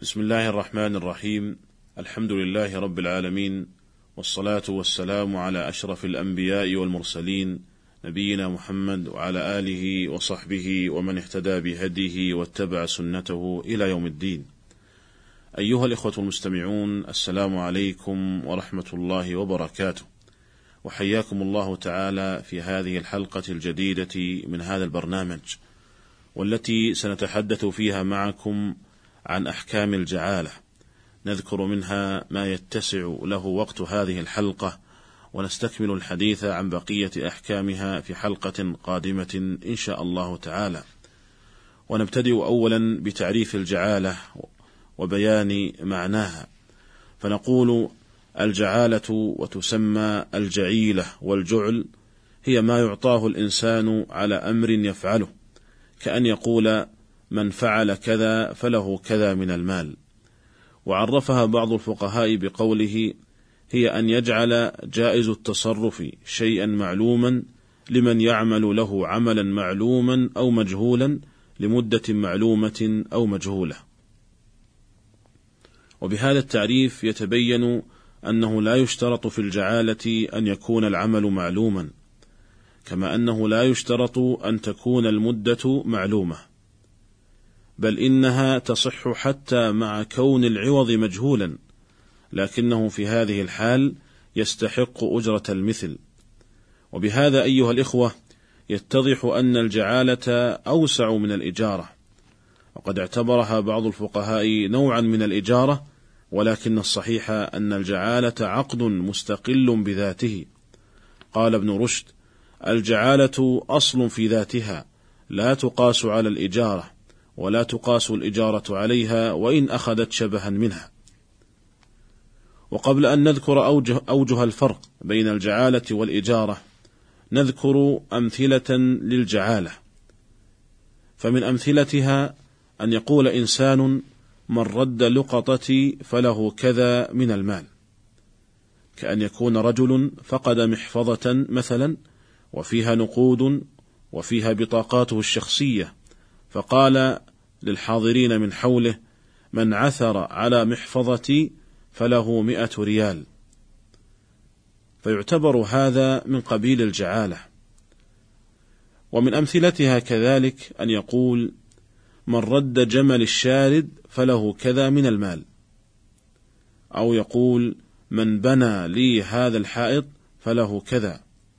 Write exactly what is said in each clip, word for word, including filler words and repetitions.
بسم الله الرحمن الرحيم. الحمد لله رب العالمين، والصلاة والسلام على أشرف الأنبياء والمرسلين، نبينا محمد وعلى آله وصحبه ومن اهتدى بهديه واتبع سنته إلى يوم الدين. أيها الإخوة المستمعون، السلام عليكم ورحمة الله وبركاته، وحياكم الله تعالى في هذه الحلقة الجديدة من هذا البرنامج، والتي سنتحدث فيها معكم عن أحكام الجعالة، نذكر منها ما يتسع له وقت هذه الحلقة، ونستكمل الحديث عن بقية أحكامها في حلقة قادمة إن شاء الله تعالى. ونبتدئ أولا بتعريف الجعالة وبيان معناها، فنقول: الجعالة وتسمى الجعيلة والجعل هي ما يعطاه الإنسان على أمر يفعله، كأن يقول: من فعل كذا فله كذا من المال. وعرفها بعض الفقهاء بقوله: هي أن يجعل جائز التصرف شيئا معلوما لمن يعمل له عملا معلوما أو مجهولا لمدة معلومة أو مجهولة. وبهذا التعريف يتبين أنه لا يشترط في الجعالة أن يكون العمل معلوما، كما أنه لا يشترط أن تكون المدة معلومة، بل إنها تصح حتى مع كون العوض مجهولا، لكنه في هذه الحال يستحق أجرة المثل. وبهذا أيها الإخوة يتضح أن الجعالة أوسع من الإجارة، وقد اعتبرها بعض الفقهاء نوعا من الإجارة، ولكن الصحيح أن الجعالة عقد مستقل بذاته. قال ابن رشد: الجعالة أصل في ذاتها، لا تقاس على الإجارة، ولا تقاس الإجارة عليها وإن أخذت شبها منها. وقبل أن نذكر أوجه, أوجه الفرق بين الجعالة والإجارة، نذكر أمثلة للجعالة. فمن أمثلتها أن يقول إنسان: من رد لقطتي فله كذا من المال، كأن يكون رجل فقد محفظة مثلا وفيها نقود وفيها بطاقاته الشخصية، فقال للحاضرين من حوله: من عثر على محفظتي فله مئة ريال، فيعتبر هذا من قبيل الجعالة. ومن أمثلتها كذلك أن يقول: من رد جمل الشارد فله كذا من المال، أو يقول: من بنى لي هذا الحائط فله كذا.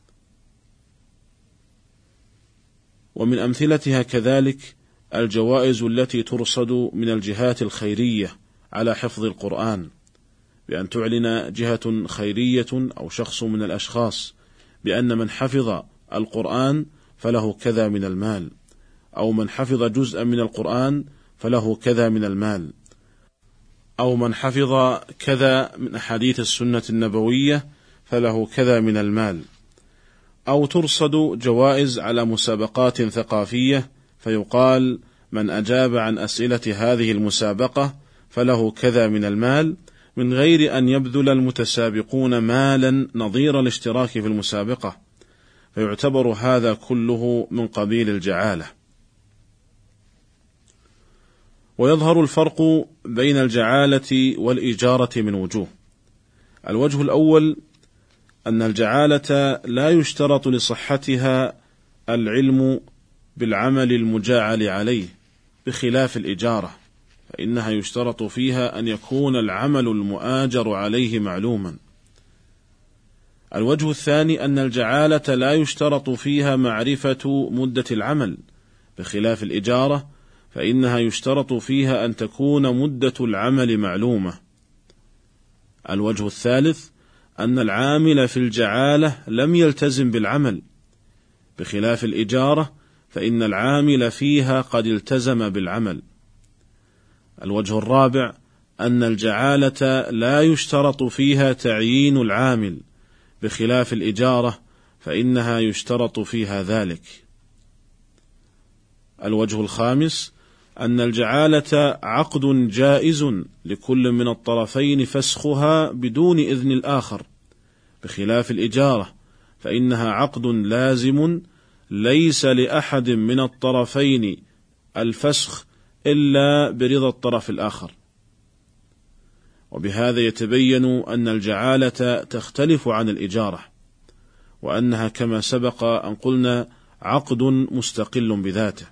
ومن أمثلتها كذلك الجوائز التي ترصد من الجهات الخيرية على حفظ القرآن، بأن تعلن جهة خيرية أو شخص من الأشخاص بأن من حفظ القرآن فله كذا من المال، أو من حفظ جزءا من القرآن فله كذا من المال، أو من حفظ كذا من أحاديث السنة النبوية فله كذا من المال. أو ترصد جوائز على مسابقات ثقافية، فيقال: من أجاب عن أسئلة هذه المسابقة فله كذا من المال، من غير أن يبذل المتسابقون مالا نظير الاشتراك في المسابقة، فيعتبر هذا كله من قبيل الجعالة. ويظهر الفرق بين الجعالة والإجارة من وجوه. الوجه الأول أن الجعالة لا يشترط لصحتها العلم بالعمل المجاعل عليه، بخلاف الإجارة فإنها يشترط فيها أن يكون العمل المؤاجر عليه معلوما. الوجه الثاني أن الجعالة لا يشترط فيها معرفة مدة العمل، بخلاف الإجارة فإنها يشترط فيها أن تكون مدة العمل معلومة. الوجه الثالث أن العامل في الجعالة لم يلتزم بالعمل، بخلاف الإجارة فإن العامل فيها قد التزم بالعمل. الوجه الرابع أن الجعالة لا يشترط فيها تعيين العامل، بخلاف الإجارة فإنها يشترط فيها ذلك. الوجه الخامس أن الجعالة عقد جائز لكل من الطرفين فسخها بدون إذن الآخر، بخلاف الإجارة فإنها عقد لازم ليس لأحد من الطرفين الفسخ إلا برضا الطرف الآخر. وبهذا يتبين أن الجعالة تختلف عن الإجارة، وأنها كما سبق أن قلنا عقد مستقل بذاته.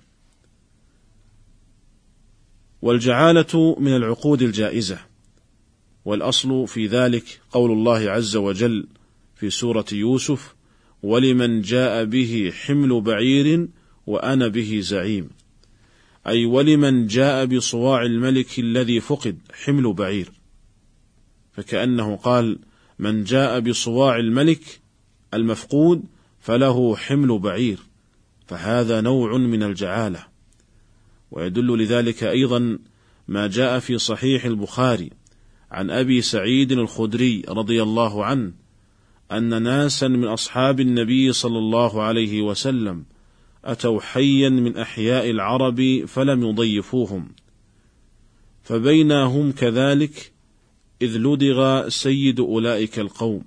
والجعالة من العقود الجائزة، والأصل في ذلك قول الله عز وجل في سورة يوسف: ولمن جاء به حمل بعير وأنا به زعيم، أي ولمن جاء بصواع الملك الذي فقد حمل بعير، فكأنه قال: من جاء بصواع الملك المفقود فله حمل بعير، فهذا نوع من الجعالة. ويدل لذلك أيضا ما جاء في صحيح البخاري عن أبي سعيد الخدري رضي الله عنه أن ناسا من أصحاب النبي صلى الله عليه وسلم أتوا حيا من أحياء العرب فلم يضيفوهم، فبينا هم كذلك إذ لدغ سيد أولئك القوم،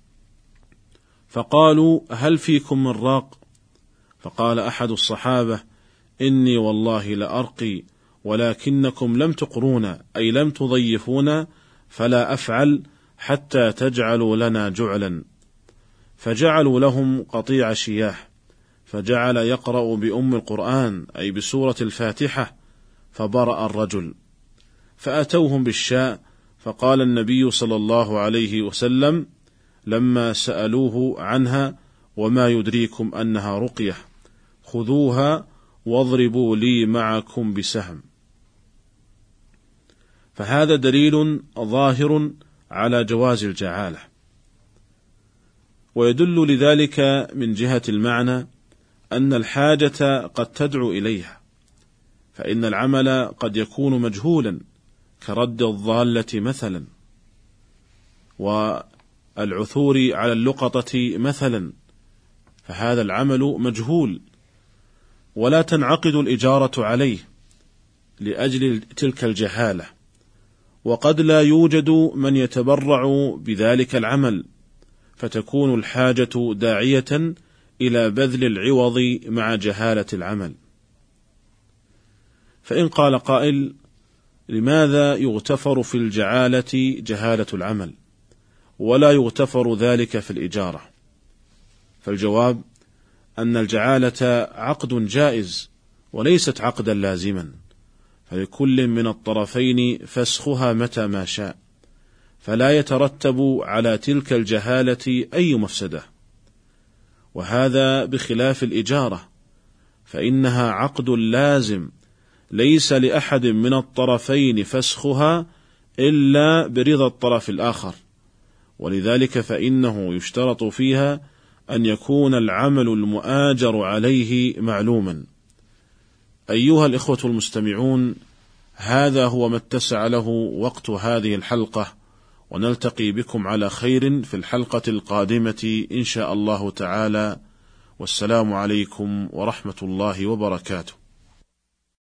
فقالوا: هل فيكم من راق؟ فقال أحد الصحابة: إني والله لأرقي، ولكنكم لم تقرونا، أي لم تضيفونا، فلا أفعل حتى تجعلوا لنا جعلا. فجعلوا لهم قطيع شياح، فجعل يقرأ بأم القرآن أي بسورة الفاتحة، فبرأ الرجل. فأتوهم بالشاء، فقال النبي صلى الله عليه وسلم لما سألوه عنها: وما يدريكم أنها رقية، خذوها واضربوا لي معكم بسهم. فهذا دليل ظاهر على جواز الجعالة. ويدل لذلك من جهة المعنى أن الحاجة قد تدعو إليها، فإن العمل قد يكون مجهولا كرد الضالة مثلا، والعثور على اللقطة مثلا، فهذا العمل مجهول ولا تنعقد الإجارة عليه لأجل تلك الجهالة، وقد لا يوجد من يتبرع بذلك العمل، فتكون الحاجة داعية إلى بذل العوض مع جهالة العمل. فإن قال قائل: لماذا يغتفر في الجعالة جهالة العمل ولا يغتفر ذلك في الإجارة؟ فالجواب أن الجعالة عقد جائز وليست عقدا لازما، فلكل من الطرفين فسخها متى ما شاء، فلا يترتب على تلك الجهالة أي مفسدة. وهذا بخلاف الإجارة، فإنها عقد لازم ليس لأحد من الطرفين فسخها إلا برضا الطرف الآخر، ولذلك فإنه يشترط فيها أن يكون العمل المؤاجر عليه معلوما. أيها الإخوة المستمعون، هذا هو ما اتسع له وقت هذه الحلقة، ونلتقي بكم على خير في الحلقة القادمة إن شاء الله تعالى، والسلام عليكم ورحمة الله وبركاته.